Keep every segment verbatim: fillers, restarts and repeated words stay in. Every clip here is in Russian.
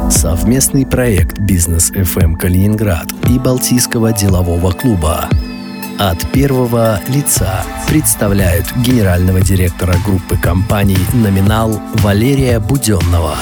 Совместный проект «Бизнес эф эм Калининград» и Балтийского делового клуба «От первого лица» представляют генерального директора группы компаний «Номинал» Валерия Буденного.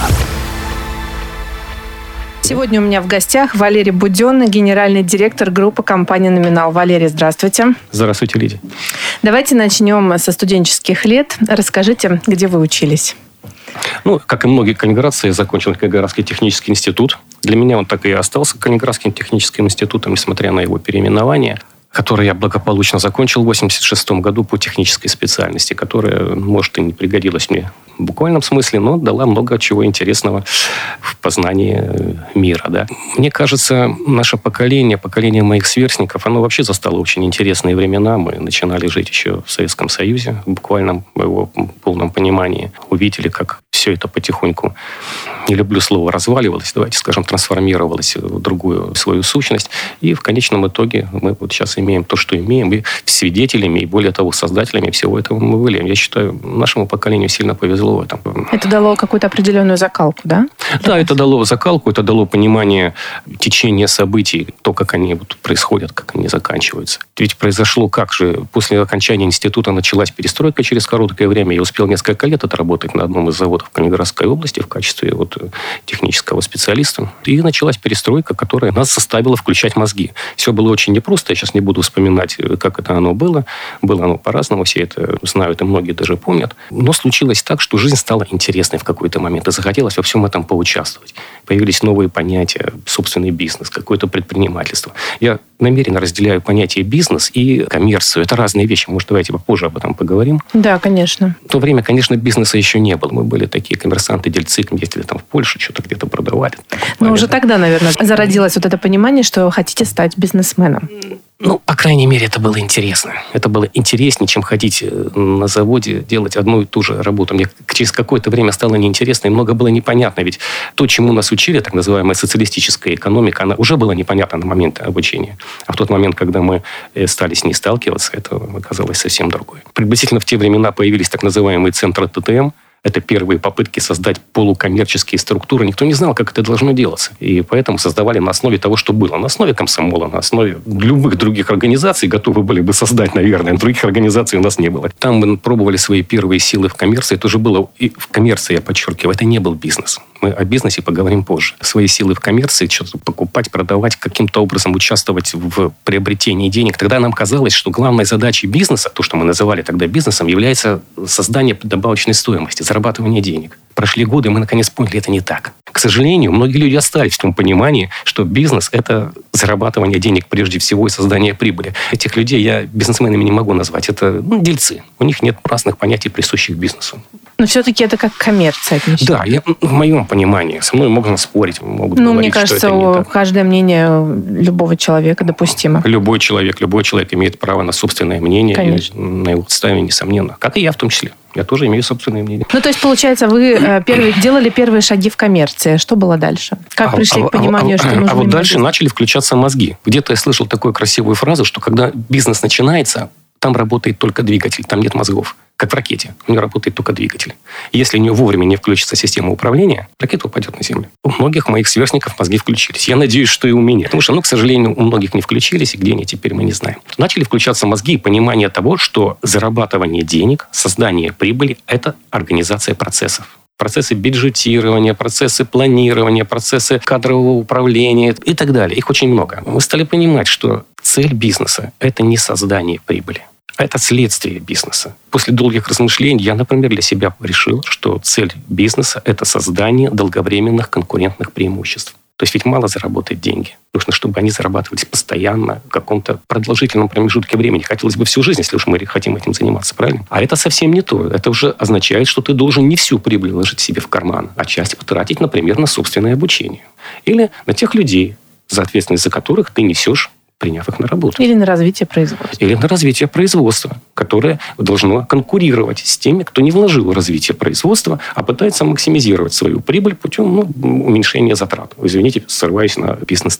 Сегодня у меня в гостях Валерий Буденный, генеральный директор группы компании «Номинал». Валерий, здравствуйте. Здравствуйте, Лидия. Давайте начнем со студенческих лет. Расскажите, где вы учились? Ну, как и многие калининградцы, я закончил Калининградский технический институт. Для меня он так и остался Калининградским техническим институтом, несмотря на его переименование, который я благополучно закончил в восемьдесят шестом году по технической специальности, которая, может, и не пригодилась мне в буквальном смысле, но дала много чего интересного в познании мира. Да. Мне кажется, наше поколение, поколение моих сверстников, оно вообще застало очень интересные времена. Мы начинали жить еще в Советском Союзе, в буквальном его полном понимании. Увидели, как все это потихоньку, не люблю слово разваливалось, давайте скажем, трансформировалось в другую свою сущность. И в конечном итоге мы вот сейчас имеем то, что имеем, и свидетелями, и более того, создателями всего этого мы были. Я считаю, нашему поколению сильно повезло в этом. Это дало какую-то определенную закалку, да? Да, это дало закалку, это дало понимание течения событий, то, как они вот происходят, как они заканчиваются. Ведь произошло как же? После окончания института началась перестройка через короткое время. Я успел несколько лет отработать на одном из заводов в Калининградской области в качестве вот технического специалиста. И началась перестройка, которая нас заставила включать мозги. Все было очень непросто. Я сейчас не буду вспоминать, как это оно было. Было оно по-разному. Все это знают, и многие даже помнят. Но случилось так, что жизнь стала интересной в какой-то момент. И захотелось во всем этом поучаствовать. Появились новые понятия. Собственный бизнес, какое-то предпринимательство. Я намеренно разделяю понятие бизнес и коммерцию. Это разные вещи. Может, давайте попозже об этом поговорим. Да, конечно. В то время, конечно, бизнеса еще не было. Мы были такие коммерсанты, дельцы, ездили там в Польшу, что-то где-то продавали. Но уже тогда, наверное, зародилось вот это понимание, что вы хотите стать бизнесменом. Ну, по крайней мере, это было интересно. Это было интереснее, чем ходить на заводе, делать одну и ту же работу. Мне через какое-то время стало неинтересно, и много было непонятно. Ведь то, чему нас учили, так называемая социалистическая экономика, она уже была непонятна на момент обучения. А в тот момент, когда мы стали с ней сталкиваться, это оказалось совсем другое. Приблизительно в те времена появились так называемые центры тэ тэ эм. Это первые попытки создать полукоммерческие структуры. Никто не знал, как это должно делаться. И поэтому создавали на основе того, что было. На основе комсомола, на основе любых других организаций готовы были бы создать, наверное. Других организаций у нас не было. Там мы пробовали свои первые силы в коммерции. Это уже было и в коммерции, я подчеркиваю, это не был бизнес. Мы о бизнесе поговорим позже. Свои силы в коммерции, что-то покупать, продавать, каким-то образом участвовать в приобретении денег. Тогда нам казалось, что главной задачей бизнеса, то, что мы называли тогда бизнесом, является создание добавочной стоимости, зарабатывание денег. Прошли годы, и мы наконец поняли, это не так. К сожалению, многие люди остались в том понимании, что бизнес – это зарабатывание денег прежде всего и создание прибыли. Этих людей я бизнесменами не могу назвать. Это ну, дельцы. У них нет разных понятий, присущих бизнесу. Но все-таки это как коммерция. Отнесем. Да, я, в моем понимании. Со мной можно спорить, могут ну, говорить, мне кажется, что это не так. Каждое мнение любого человека допустимо. Любой человек, любой человек имеет право на собственное мнение. Конечно. И на его отстаивание, несомненно. Как и я в том числе. Я тоже имею собственное мнение. Ну, то есть, получается, вы первые, делали первые шаги в коммерции. Что было дальше? Как а, пришли а, к пониманию, а, что а, нужно... А вот дальше бизнес? Начали включаться мозги. Где-то я слышал такую красивую фразу, что когда бизнес начинается, там работает только двигатель, там нет мозгов. Как в ракете. У нее работает только двигатель. Если у нее вовремя не включится система управления, ракета упадет на землю. У многих моих сверстников мозги включились. Я надеюсь, что и у меня. Потому что, ну, к сожалению, у многих не включились, и где они теперь, мы не знаем. Начали включаться мозги и понимание того, что зарабатывание денег, создание прибыли – это организация процессов. Процессы бюджетирования, процессы планирования, процессы кадрового управления и так далее. Их очень много. Мы стали понимать, что цель бизнеса – это не создание прибыли. Это следствие бизнеса. После долгих размышлений я, например, для себя решил, что цель бизнеса – это создание долговременных конкурентных преимуществ. То есть ведь мало заработать деньги. Нужно, чтобы они зарабатывались постоянно в каком-то продолжительном промежутке времени. Хотелось бы всю жизнь, если уж мы хотим этим заниматься, правильно? А это совсем не то. Это уже означает, что ты должен не всю прибыль ложить себе в карман, а часть потратить, например, на собственное обучение. Или на тех людей, за ответственность за которых ты несешь, приняв их на работу. Или на развитие производства. Или на развитие производства, которое должно конкурировать с теми, кто не вложил в развитие производства, а пытается максимизировать свою прибыль путем ну, уменьшения затрат. Извините, ссылаюсь на бизнес-термины.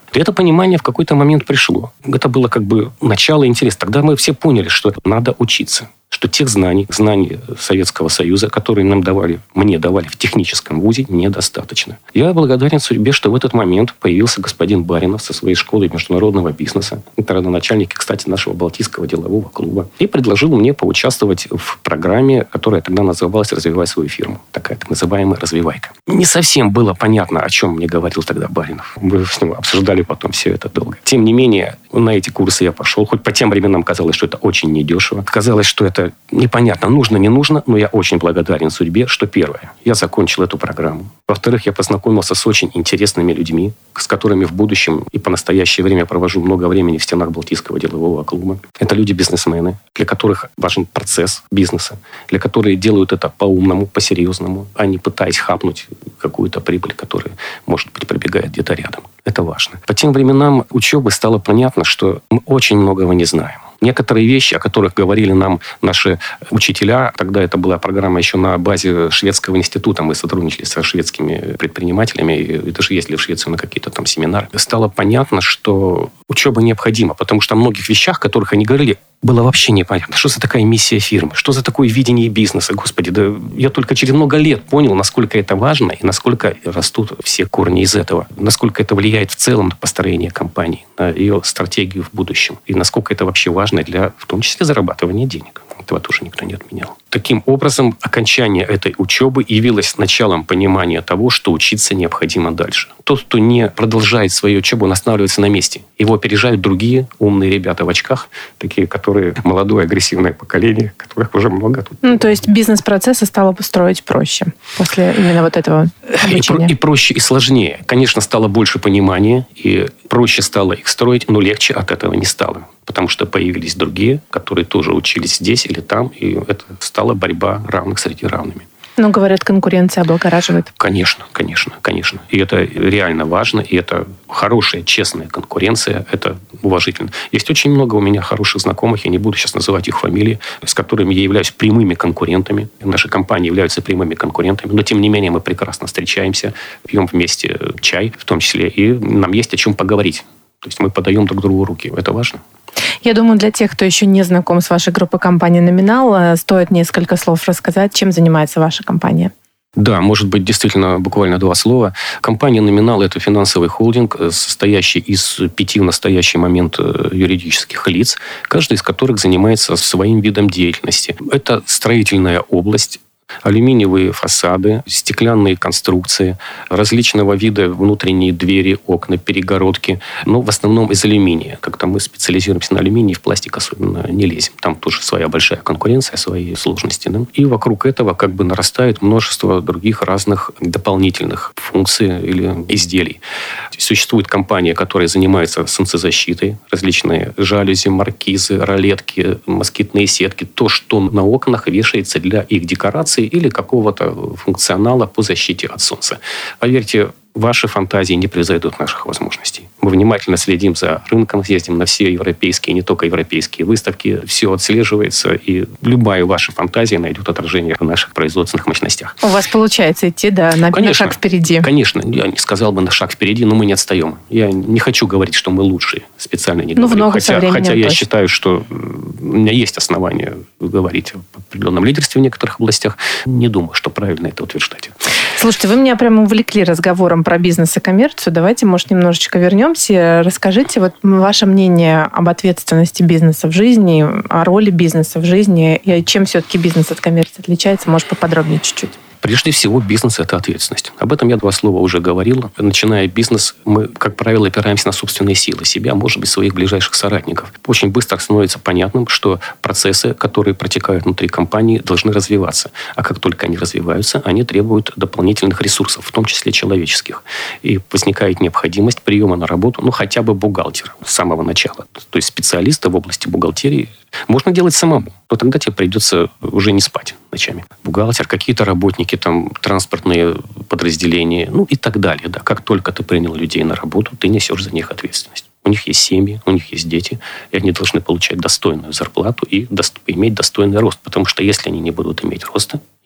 И это понимание в какой-то момент пришло. Это было как бы начало интереса. Тогда мы все поняли, что надо учиться. Что тех знаний, знаний Советского Союза, которые нам давали, мне давали в техническом вузе, недостаточно. Я благодарен судьбе, что в этот момент появился господин Баринов со своей школой международного бизнеса. Это родоначальник, кстати, нашего Балтийского делового клуба. И предложил мне поучаствовать в программе, которая тогда называлась «Развивай свою фирму». Такая так называемая «развивайка». Не совсем было понятно, о чем мне говорил тогда Баринов. Мы с ним обсуждали потом все это долго. Тем не менее, на эти курсы я пошел. Хоть по тем временам казалось, что это очень недешево. Казалось, что это непонятно, нужно, не нужно, но я очень благодарен судьбе, что первое, я закончил эту программу. Во-вторых, я познакомился с очень интересными людьми, с которыми в будущем и по настоящее время провожу много времени в стенах Балтийского делового клуба. Это люди-бизнесмены, для которых важен процесс бизнеса, для которых делают это по-умному, по-серьезному, а не пытаясь хапнуть какую-то прибыль, которая, может быть, пробегает где-то рядом. Это важно. По тем временам учебы стало понятно, что мы очень многого не знаем. Некоторые вещи, о которых говорили нам наши учителя, тогда это была программа еще на базе шведского института, мы сотрудничали со шведскими предпринимателями, и даже ездили в Швецию на какие-то там семинары. Стало понятно, что учеба необходима, потому что о многих вещах, о которых они говорили, было вообще непонятно. Что за такая миссия фирмы? Что за такое видение бизнеса? Господи, да я только через много лет понял, насколько это важно и насколько растут все корни из этого. Насколько это влияет в целом на построение компании, на ее стратегию в будущем. И насколько это вообще важно для, в том числе, зарабатывания денег. Этого тоже никто не отменял. Таким образом, окончание этой учебы явилось началом понимания того, что учиться необходимо дальше. Тот, кто не продолжает свою учебу, он останавливается на месте. Его опережают другие умные ребята в очках, такие, которые молодое, агрессивное поколение, которых уже много тут. Ну, то есть бизнес-процессы стало построить проще после именно вот этого обучения? И, и проще, и сложнее. Конечно, стало больше понимания, и проще стало их строить, но легче от этого не стало. Потому что появились другие, которые тоже учились здесь или там, и это стала борьба равных среди равными. Ну, говорят, конкуренция облагораживает. Конечно, конечно, конечно. И это реально важно, и это хорошая, честная конкуренция, это уважительно. Есть очень много у меня хороших знакомых, я не буду сейчас называть их фамилии, с которыми я являюсь прямыми конкурентами. Наши компании являются прямыми конкурентами, но тем не менее мы прекрасно встречаемся, пьем вместе чай в том числе, и нам есть о чем поговорить. То есть мы подаем друг другу руки. Это важно. Я думаю, для тех, кто еще не знаком с вашей группой компании «Номинал», стоит несколько слов рассказать, чем занимается ваша компания. Да, может быть, действительно, буквально два слова. Компания «Номинал» — это финансовый холдинг, состоящий из пяти в настоящий момент юридических лиц, каждый из которых занимается своим видом деятельности. Это строительная область, алюминиевые фасады, стеклянные конструкции, различного вида внутренние двери, окна, перегородки. Но в основном из алюминия. Как-то мы специализируемся на алюминии, в пластик особенно не лезем. Там тоже своя большая конкуренция, свои сложности. Да? И вокруг этого как бы нарастает множество других разных дополнительных функций или изделий. Существует компания, которая занимается солнцезащитой, различные жалюзи, маркизы, ролетки, москитные сетки. То, что на окнах вешается для их декорации или какого-то функционала по защите от солнца. Поверьте, ваши фантазии не превзойдут наших возможностей. Мы внимательно следим за рынком, ездим на все европейские, не только европейские выставки. Все отслеживается, и любая ваша фантазия найдет отражение в наших производственных мощностях. У вас получается идти, да, на, конечно, на шаг впереди. Конечно. Я не сказал бы на шаг впереди, но мы не отстаем. Я не хочу говорить, что мы лучшие. Специально не ну, говорю. Много хотя со хотя я точно. считаю, что у меня есть основания говорить об определенном лидерстве в некоторых областях. Не думаю, что правильно это утверждать. Слушайте, вы меня прямо увлекли разговором про бизнес и коммерцию. Давайте, может, немножечко вернемся. Расскажите вот ваше мнение об ответственности бизнеса в жизни, о роли бизнеса в жизни, и чем все-таки бизнес от коммерции отличается. Может, поподробнее чуть-чуть. Прежде всего, бизнес – это ответственность. Об этом я два слова уже говорил. Начиная бизнес, мы, как правило, опираемся на собственные силы. Себя, может быть, своих ближайших соратников. Очень быстро становится понятным, что процессы, которые протекают внутри компании, должны развиваться. А как только они развиваются, они требуют дополнительных ресурсов, в том числе человеческих. И возникает необходимость приема на работу, ну, хотя бы бухгалтера с самого начала. То есть специалиста в области бухгалтерии можно делать самому, но тогда тебе придется уже не спать ночами. Бухгалтер, какие-то работники, там, транспортные подразделения, ну и так далее. Да. Как только ты принял людей на работу, ты несешь за них ответственность. У них есть семьи, у них есть дети, и они должны получать достойную зарплату и до... иметь достойный рост. Потому что если они не будут иметь роста,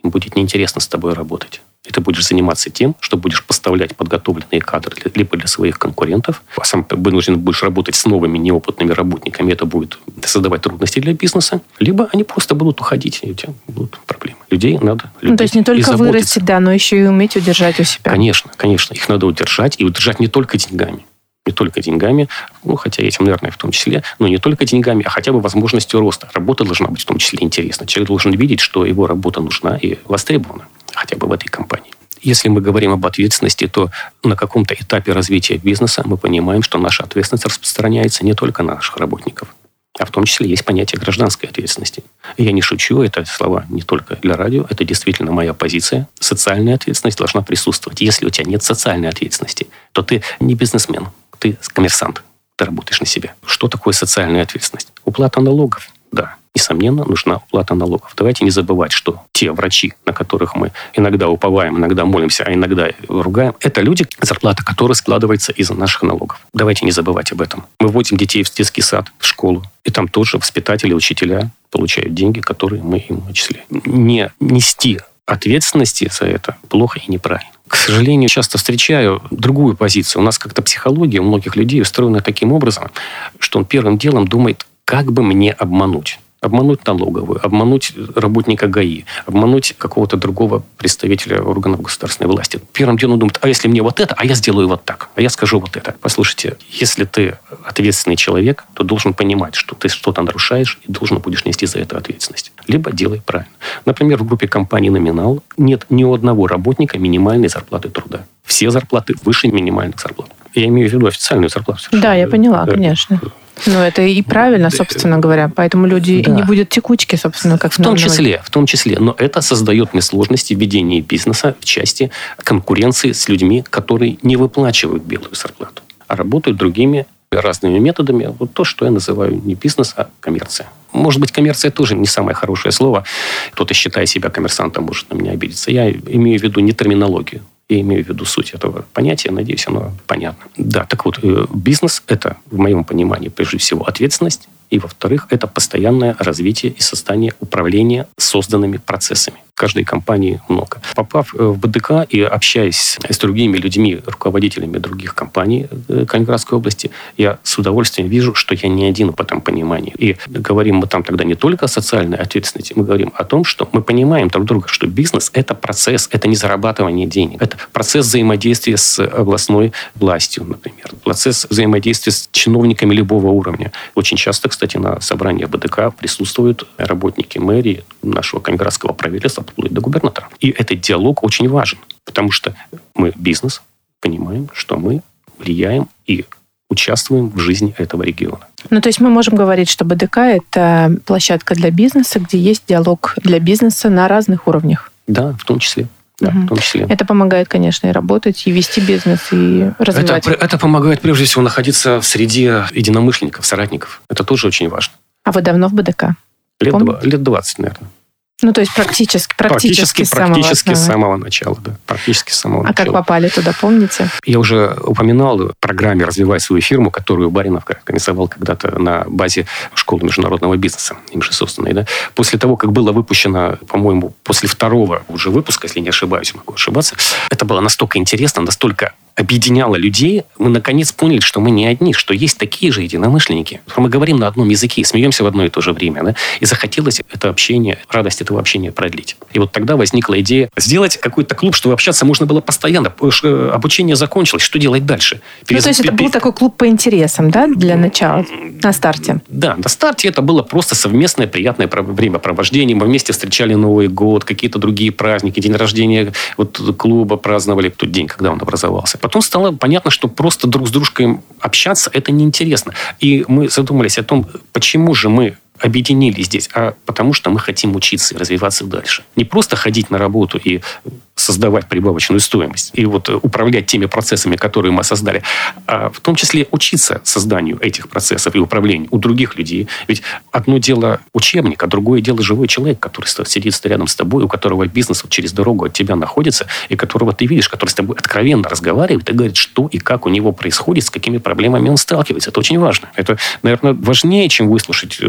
им будет неинтересно с тобой работать. И ты будешь заниматься тем, что будешь поставлять подготовленные кадры либо для своих конкурентов, а сам вынужден будешь работать с новыми неопытными работниками, это будет создавать трудности для бизнеса, либо они просто будут уходить, и у тебя будут проблемы. Людей надо любить. Ну, то есть не только вырастить, да, но еще и уметь удержать у себя. Конечно, конечно. Их надо удержать, и удержать не только деньгами. Не только деньгами, ну, хотя этим, наверное, в том числе, но не только деньгами, а хотя бы возможностью роста. Работа должна быть в том числе интересна. Человек должен видеть, что его работа нужна и востребована, хотя бы в этой компании. Если мы говорим об ответственности, то на каком-то этапе развития бизнеса мы понимаем, что наша ответственность распространяется не только на наших работников, а в том числе есть понятие гражданской ответственности. И я не шучу, это слова не только для радио, это действительно моя позиция. Социальная ответственность должна присутствовать. Если у тебя нет социальной ответственности, то ты не бизнесмен, ты коммерсант, ты работаешь на себя. Что такое социальная ответственность? Уплата налогов, да. Несомненно, нужна уплата налогов. Давайте не забывать, что те врачи, на которых мы иногда уповаем, иногда молимся, а иногда ругаем, это люди, зарплата которых складывается из наших налогов. Давайте не забывать об этом. Мы вводим детей в детский сад, в школу, и там тоже воспитатели, учителя получают деньги, которые мы им начислили. Не нести ответственности за это плохо и неправильно. К сожалению, часто встречаю другую позицию. У нас как-то психология у многих людей устроена таким образом, что он первым делом думает, как бы мне обмануть. Обмануть налоговую, обмануть работника ГАИ, обмануть какого-то другого представителя органов государственной власти. Первым делом он думает, а если мне вот это, а я сделаю вот так, а я скажу вот это. Послушайте, если ты ответственный человек, то должен понимать, что ты что-то нарушаешь и должен будешь нести за это ответственность. Либо делай правильно. Например, в группе компании «Номинал» нет ни у одного работника минимальной зарплаты труда. Все зарплаты выше минимальных зарплат. Я имею в виду официальную зарплату. Да, я поняла, да. Конечно. Но это и правильно, собственно говоря. Поэтому люди да. и не будет текучки, собственно, как в том числе, в том числе. Но это создает мне сложности в ведении бизнеса в части конкуренции с людьми, которые не выплачивают белую зарплату, а работают другими разными методами. Вот то, что я называю не бизнес, а коммерция. Может быть, коммерция тоже не самое хорошее слово. Кто-то, считая себя коммерсантом, может на меня обидеться. Я имею в виду не терминологию. Я имею в виду суть этого понятия. Надеюсь, оно понятно. Да, так вот, бизнес – это, в моем понимании, прежде всего, ответственность. И, во-вторых, это постоянное развитие и создание управления созданными процессами. В каждой компании много. Попав в БДК и общаясь с другими людьми, руководителями других компаний Калининградской области, я с удовольствием вижу, что я не один в этом понимании. И говорим мы там тогда не только о социальной ответственности, мы говорим о том, что мы понимаем друг друга, что бизнес – это процесс, это не зарабатывание денег. Это процесс взаимодействия с областной властью, например. Процесс взаимодействия с чиновниками любого уровня. Очень часто, кстати, на собрании БДК присутствуют работники мэрии, нашего калининградского правительства, вплоть до губернатора. И этот диалог очень важен, потому что мы, бизнес, понимаем, что мы влияем и участвуем в жизни этого региона. Ну, то есть мы можем говорить, что БДК – это площадка для бизнеса, где есть диалог для бизнеса на разных уровнях. Да, в том числе. Да, угу. в том числе. Это помогает, конечно, и работать, и вести бизнес, и развивать. Это, это помогает, прежде всего, находиться в среде единомышленников, соратников. Это тоже очень важно. А вы давно в БДК? Лет, два, лет двадцать, наверное. Ну, то есть практически, практически, практически, с, самого практически с самого начала. Да. Практически с самого а начала. как попали туда, помните? Я уже упоминал в программе «Развивай свою фирму», которую Баринов организовал когда-то на базе школы международного бизнеса, им же собственной. Да. После того, как было выпущено, по-моему, после второго уже выпуска, если не ошибаюсь, могу ошибаться, это было настолько интересно, настолько объединяло людей, мы наконец поняли, что мы не одни, что есть такие же единомышленники. Мы говорим на одном языке, смеемся в одно и то же время. Да? И захотелось это общение, радость этого общения продлить. И вот тогда возникла идея сделать какой-то клуб, чтобы общаться можно было постоянно. Обучение закончилось, что делать дальше? Перез... Ну, то есть это был такой клуб по интересам, да, для начала, на старте? Да, на старте это было просто совместное приятное времяпровождение. Мы вместе встречали Новый год, какие-то другие праздники, день рождения вот, клуба праздновали, тот день, когда он образовался. Потом стало понятно, что просто друг с дружкой общаться – это неинтересно. И мы задумались о том, почему же мы объединились здесь, а потому что мы хотим учиться и развиваться дальше. Не просто ходить на работу и создавать прибавочную стоимость и вот управлять теми процессами, которые мы создали, а в том числе учиться созданию этих процессов и управлению у других людей. Ведь одно дело учебник, а другое дело живой человек, который сидит рядом с тобой, у которого бизнес вот через дорогу от тебя находится, и которого ты видишь, который с тобой откровенно разговаривает и говорит, что и как у него происходит, с какими проблемами он сталкивается. Это очень важно. Это, наверное, важнее, чем выслушать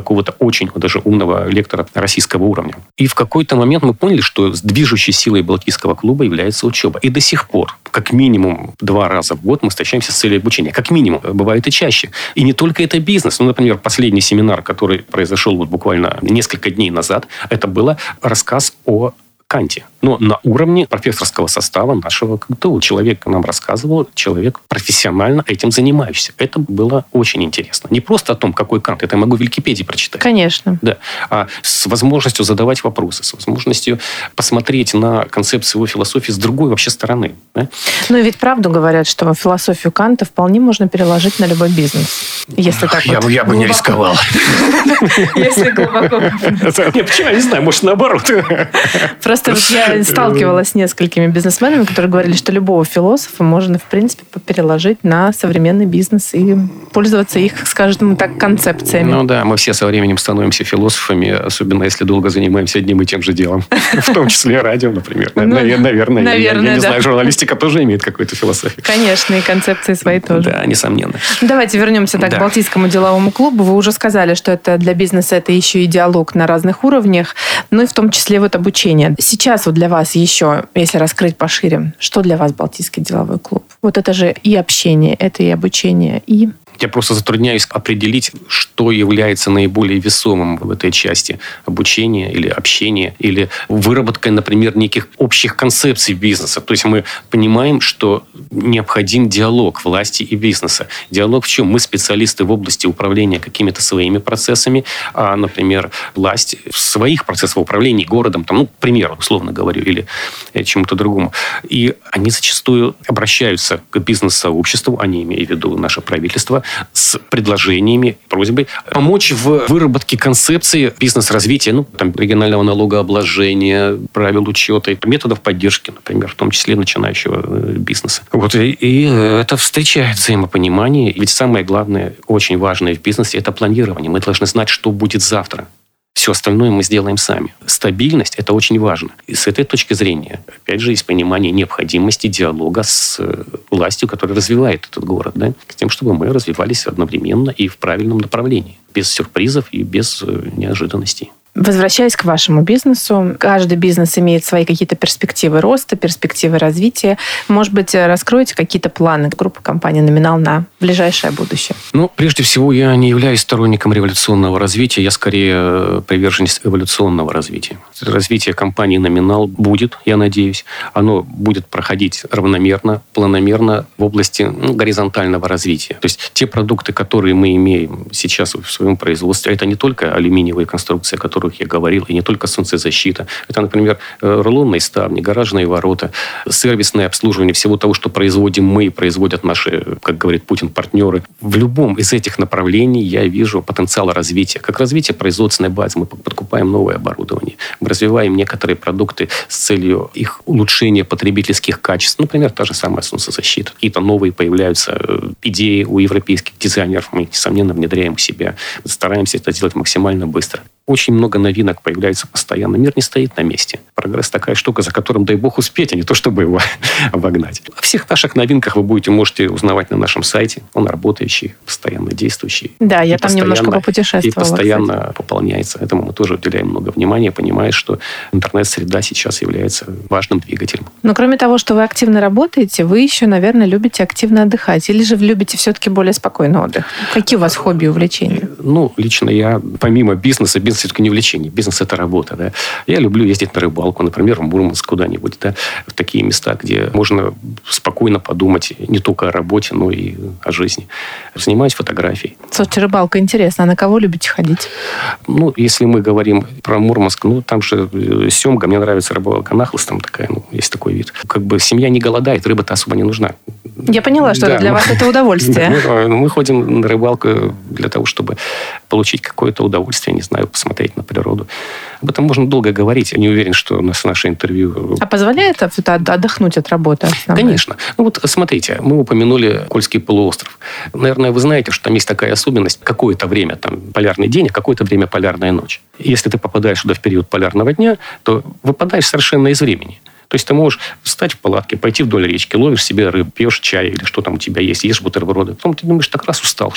какого-то очень даже умного лектора российского уровня. И в какой-то момент мы поняли, что движущей силой Балтийского клуба является учеба. И до сих пор, как минимум два раза в год мы встречаемся с целью обучения. Как минимум. Бывает и чаще. И не только это бизнес. Ну, например, последний семинар, который произошел вот буквально несколько дней назад, это был рассказ о Канте. Но на уровне профессорского состава нашего КГТУ. Человек нам рассказывал, человек профессионально этим занимающийся. Это было очень интересно. Не просто о том, какой Кант, это я могу в Википедии прочитать. Конечно. Да. А с возможностью задавать вопросы, с возможностью посмотреть на концепцию его философии с другой вообще стороны. Да? Ну и ведь правду говорят, что философию Канта вполне можно переложить на любой бизнес. Если так я, вот я бы не рисковал. Если глубоко. Нет, почему? Я не знаю, может, наоборот. Просто я сталкивалась с несколькими бизнесменами, которые говорили, что любого философа можно, в принципе, переложить на современный бизнес и пользоваться их, скажем так, концепциями. Ну да, мы все со временем становимся философами, особенно если долго занимаемся одним и тем же делом. В том числе радио, например. Наверное. Я не знаю, журналистика тоже имеет какую-то философию. Конечно, и концепции свои тоже. Да, несомненно. Давайте вернемся так к Балтийскому деловому клубу. Вы уже сказали, что это для бизнеса это еще и диалог на разных уровнях, ну и в том числе вот обучение. Сейчас вот для вас еще, если раскрыть пошире, что для вас Балтийский деловой клуб? Вот это же и общение, это и обучение, и... Я просто затрудняюсь определить, что является наиболее весомым в этой части обучения или общения, или выработкой, например, неких общих концепций бизнеса. То есть мы понимаем, что необходим диалог власти и бизнеса. Диалог в чем? Мы специалисты в области управления какими-то своими процессами, а, например, власть в своих процессах управления городом, там, ну, к примеру, условно говорю, или чему-то другому. И они зачастую обращаются к бизнес-сообществу, они имеют в виду наше правительство, с предложениями, просьбой помочь в выработке концепции бизнес-развития, ну, там, регионального налогообложения, правил учета, методов поддержки, например, в том числе начинающего бизнеса. Вот, и, и это встречает взаимопонимание. Ведь самое главное, очень важное в бизнесе, это планирование. Мы должны знать, что будет завтра. Все остальное мы сделаем сами. Стабильность – это очень важно. И с этой точки зрения, опять же, есть понимание необходимости диалога с властью, которая развивает этот город, да, с тем, чтобы мы развивались одновременно и в правильном направлении, без сюрпризов и без неожиданностей. Возвращаясь к вашему бизнесу, каждый бизнес имеет свои какие-то перспективы роста, перспективы развития. Может быть, раскроете какие-то планы группы компании «Номинал» на ближайшее будущее? Ну, прежде всего, я не являюсь сторонником революционного развития. Я скорее приверженец эволюционного развития. Развитие компании «Номинал» будет, я надеюсь. Оно будет проходить равномерно, планомерно в области ну, горизонтального развития. То есть те продукты, которые мы имеем сейчас в своем производстве, это не только алюминиевые конструкции, которые я говорил, и не только солнцезащита. Это, например, рулонные ставни, гаражные ворота, сервисное обслуживание всего того, что производим мы и производят наши, как говорит Путин, партнеры. В любом из этих направлений я вижу потенциал развития. Как развитие производственной базы. Мы подкупаем новое оборудование. Мы развиваем некоторые продукты с целью их улучшения потребительских качеств. Например, та же самая солнцезащита. Какие-то новые появляются идеи у европейских дизайнеров. Мы их, несомненно, внедряем в себя. Стараемся это делать максимально быстро. Очень много новинок появляется постоянно. Мир не стоит на месте. Прогресс такая штука, за которым, дай бог, успеть, а не то, чтобы его обогнать. О всех наших новинках вы будете, можете узнавать на нашем сайте. Он работающий, постоянно действующий. Да, я там немножко попутешествовала. И постоянно кстати. пополняется. Этому мы тоже уделяем много внимания, понимая, что интернет-среда сейчас является важным двигателем. Но кроме того, что вы активно работаете, вы еще, наверное, любите активно отдыхать. Или же вы любите все-таки более спокойный отдых? Какие у вас хобби и увлечения? Ну, лично я, помимо бизнеса, бизнес все-таки не увлечение. Бизнес – это работа. Да? Я люблю ездить на рыбалку, например, в Мурманск куда-нибудь. Да? В такие места, где можно спокойно подумать не только о работе, но и о жизни. Занимаюсь фотографией. Слушайте, рыбалка интересно. А на кого любите ходить? Ну, если мы говорим про Мурманск, ну, там же семга. Мне нравится рыбалка нахлыстом такая. Ну, есть такой вид. Как бы семья не голодает, рыба-то особо не нужна. Я поняла, что да, для мы, вас это удовольствие. Да, мы, мы ходим на рыбалку для того, чтобы получить какое-то удовольствие, не знаю, посмотреть на природу. Об этом можно долго говорить. Я не уверен, что у нас наше интервью... А позволяет это отдохнуть от работы? Основной? Конечно. Ну вот смотрите, мы упомянули Кольский полуостров. Наверное, вы знаете, что там есть такая особенность. Какое-то время там полярный день, а какое-то время полярная ночь. Если ты попадаешь туда в период полярного дня, то выпадаешь совершенно из времени. То есть ты можешь встать в палатке, пойти вдоль речки, ловишь себе рыбу, пьешь чай или что там у тебя есть, ешь бутерброды. Потом ты думаешь, так раз устал что-то.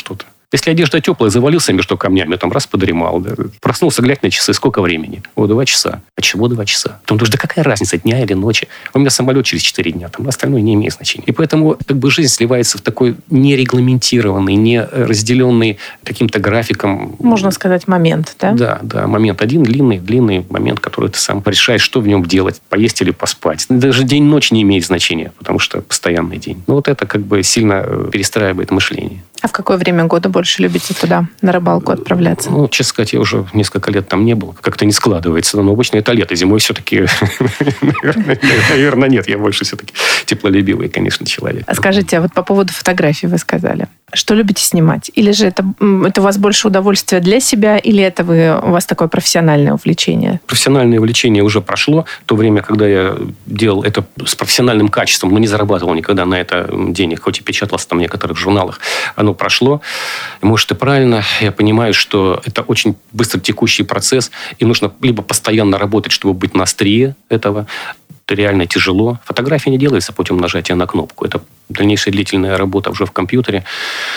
Если одежда теплая, завалился между камнями, там раз подремал, да? Проснулся, глядь на часы, сколько времени? О, два часа. А чего два часа? Потом думаешь, да какая разница, дня или ночи? У меня самолет через четыре дня, там остальное не имеет значения. И поэтому как бы жизнь сливается в такой нерегламентированный, не разделенный каким-то графиком. Можно сказать, момент, да? Да, да, момент один, длинный, длинный момент, который ты сам решаешь, что в нем делать, поесть или поспать. Даже день-ночь не имеет значения, потому что постоянный день. Ну, вот это как бы сильно перестраивает мышление. А в какое время года больше любите туда, на рыбалку отправляться? Ну, честно сказать, я уже несколько лет там не был. Как-то не складывается. Но обычно это лето. Зимой все-таки, наверное, нет. Я больше все-таки теплолюбивый, конечно, человек. А скажите, а вот по поводу фотографий вы сказали. Что любите снимать? Или же это, это у вас больше удовольствие для себя, или это вы, у вас такое профессиональное увлечение? Профессиональное увлечение уже прошло. То время, когда я делал это с профессиональным качеством, но не зарабатывал никогда на это денег, хоть и печатался там в некоторых журналах, оно прошло. И, может, и правильно. Я понимаю, что это очень быстро текущий процесс, и нужно либо постоянно работать, чтобы быть на острие этого. Это реально тяжело. Фотография не делается путем нажатия на кнопку. Это дальнейшая длительная работа уже в компьютере.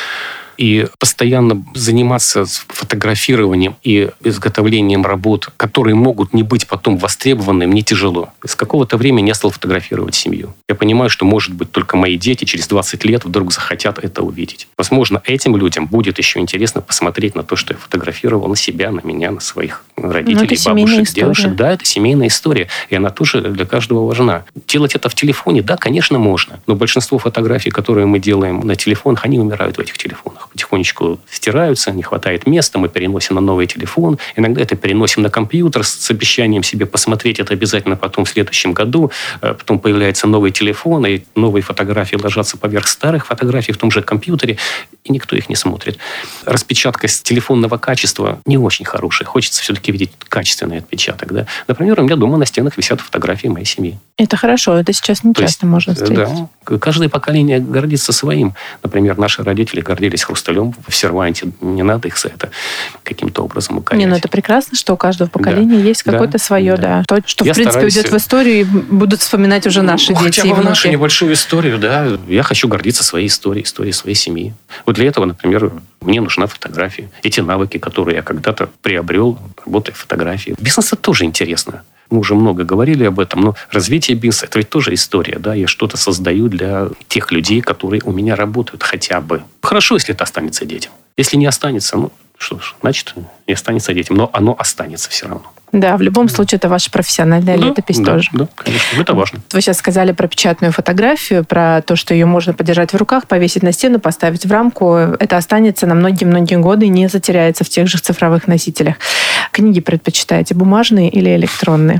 И постоянно заниматься фотографированием и изготовлением работ, которые могут не быть потом востребованы, мне тяжело. С какого-то времени я стал фотографировать семью. Я понимаю, что, может быть, только мои дети через двадцать лет вдруг захотят это увидеть. Возможно, этим людям будет еще интересно посмотреть на то, что я фотографировал, на себя, на меня, на своих родителей, бабушек, дедушек. Да, это семейная история. И она тоже для каждого важна. Делать это в телефоне, да, конечно, можно. Но большинство фотографий, которые мы делаем на телефонах, они умирают в этих телефонах. Потихонечку стираются, не хватает места, мы переносим на новый телефон. Иногда это переносим на компьютер с обещанием себе посмотреть это обязательно потом в следующем году. Потом появляется новый телефон, и новые фотографии ложатся поверх старых фотографий в том же компьютере, и никто их не смотрит. Распечатка с телефонного качества не очень хорошая. Хочется все-таки видеть качественный отпечаток. Да? Например, у меня дома на стенах висят фотографии моей семьи. Это хорошо, это сейчас не часто можно встретить. Да, каждое поколение гордится своим. Например, наши родители гордились хрусталем в серванте. Не надо их за это каким-то образом укорять. Не, ну это прекрасно, что у каждого поколения да, есть какое-то да, свое, да. да. То, что, я в принципе, стараюсь... уйдет в историю, и будут вспоминать уже наши ну, дети. Хотя бы в нашу небольшую историю, да. Я хочу гордиться своей историей, историей своей семьи. Вот для этого, например, мне нужна фотография. Эти навыки, которые я когда-то приобрел, работая в фотографии. Бизнес это тоже интересно. Мы уже много говорили об этом, но развитие бизнеса – это ведь тоже история. Да? Я что-то создаю для тех людей, которые у меня работают хотя бы. Хорошо, если это останется детям. Если не останется, ну что ж, значит, не останется детям. Но оно останется все равно. Да, в любом случае, это ваша профессиональная да, летопись да, тоже. Да, конечно, это важно. Вы сейчас сказали про печатную фотографию, про то, что ее можно подержать в руках, повесить на стену, поставить в рамку. Это останется на многие-многие годы и не затеряется в тех же цифровых носителях. Книги предпочитаете бумажные или электронные?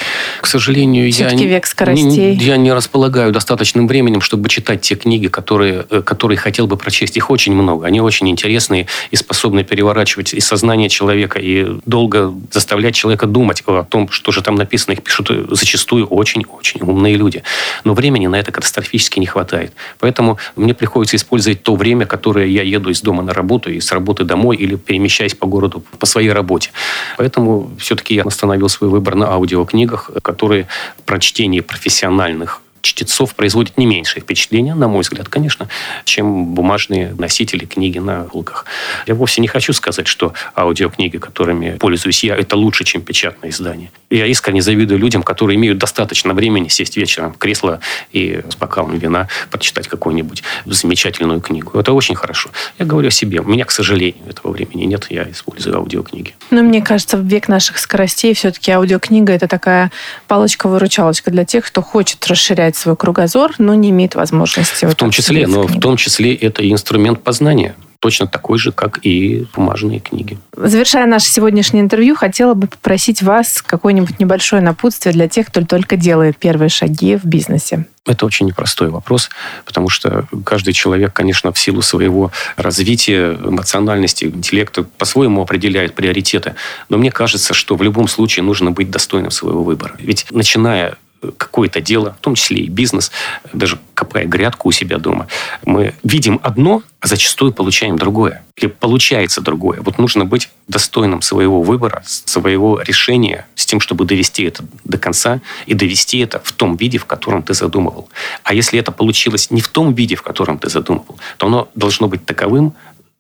К сожалению, я век скоростей. Не, я не располагаю достаточным временем, чтобы читать те книги, которые, которые хотел бы прочесть. Их очень много. Они очень интересные и способны переворачивать и сознание человека, и долго заставлять человека думать о том, что же там написано. Их пишут зачастую очень-очень умные люди. Но времени на это катастрофически не хватает. Поэтому мне приходится использовать то время, которое я еду из дома на работу, и с работы домой, или перемещаясь по городу по своей работе. Поэтому все-таки я остановил свой выбор на аудиокнигах, которые при чтении профессиональных чтецов производят не меньшее впечатление, на мой взгляд, конечно, чем бумажные носители книги на полках. Я вовсе не хочу сказать, что аудиокниги, которыми пользуюсь я, это лучше, чем печатное издание. Я искренне завидую людям, которые имеют достаточно времени сесть вечером в кресло и с бокалом вина прочитать какую-нибудь замечательную книгу. Это очень хорошо. Я говорю о себе. У меня, к сожалению, этого времени нет. Я использую аудиокниги. Но мне кажется, в век наших скоростей все-таки аудиокнига – это такая палочка-выручалочка для тех, кто хочет расширять свой кругозор, но не имеет возможности. В вот том числе, но в том числе это и инструмент познания. Точно такой же, как и бумажные книги. Завершая наше сегодняшнее интервью, хотела бы попросить вас какое-нибудь небольшое напутствие для тех, кто только делает первые шаги в бизнесе. Это очень непростой вопрос, потому что каждый человек, конечно, в силу своего развития, эмоциональности, интеллекта по-своему определяет приоритеты. Но мне кажется, что в любом случае нужно быть достойным своего выбора. Ведь начиная какое-то дело, в том числе и бизнес, даже копая грядку у себя дома, мы видим одно, а зачастую получаем другое. Или получается другое. Вот нужно быть достойным своего выбора, своего решения, с тем, чтобы довести это до конца и довести это в том виде, в котором ты задумывал. А если это получилось не в том виде, в котором ты задумывал, то оно должно быть таковым,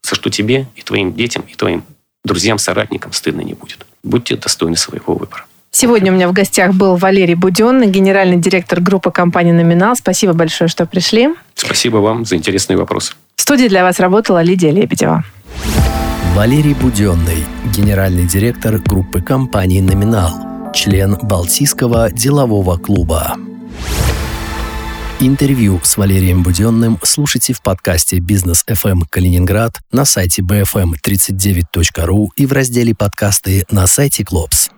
за что тебе и твоим детям, и твоим друзьям, соратникам стыдно не будет. Будьте достойны своего выбора. Сегодня у меня в гостях был Валерий Буденный, генеральный директор группы компании «Номинал». Спасибо большое, что пришли. Спасибо вам за интересные вопросы. В студии для вас работала Лидия Лебедева. Валерий Буденный, генеральный директор группы компании «Номинал», член Балтийского делового клуба. Интервью с Валерием Буденным слушайте в подкасте «Бизнес эф эм Калининград», на сайте би эф эм тридцать девять точка ру и в разделе «Подкасты» на сайте Клопс.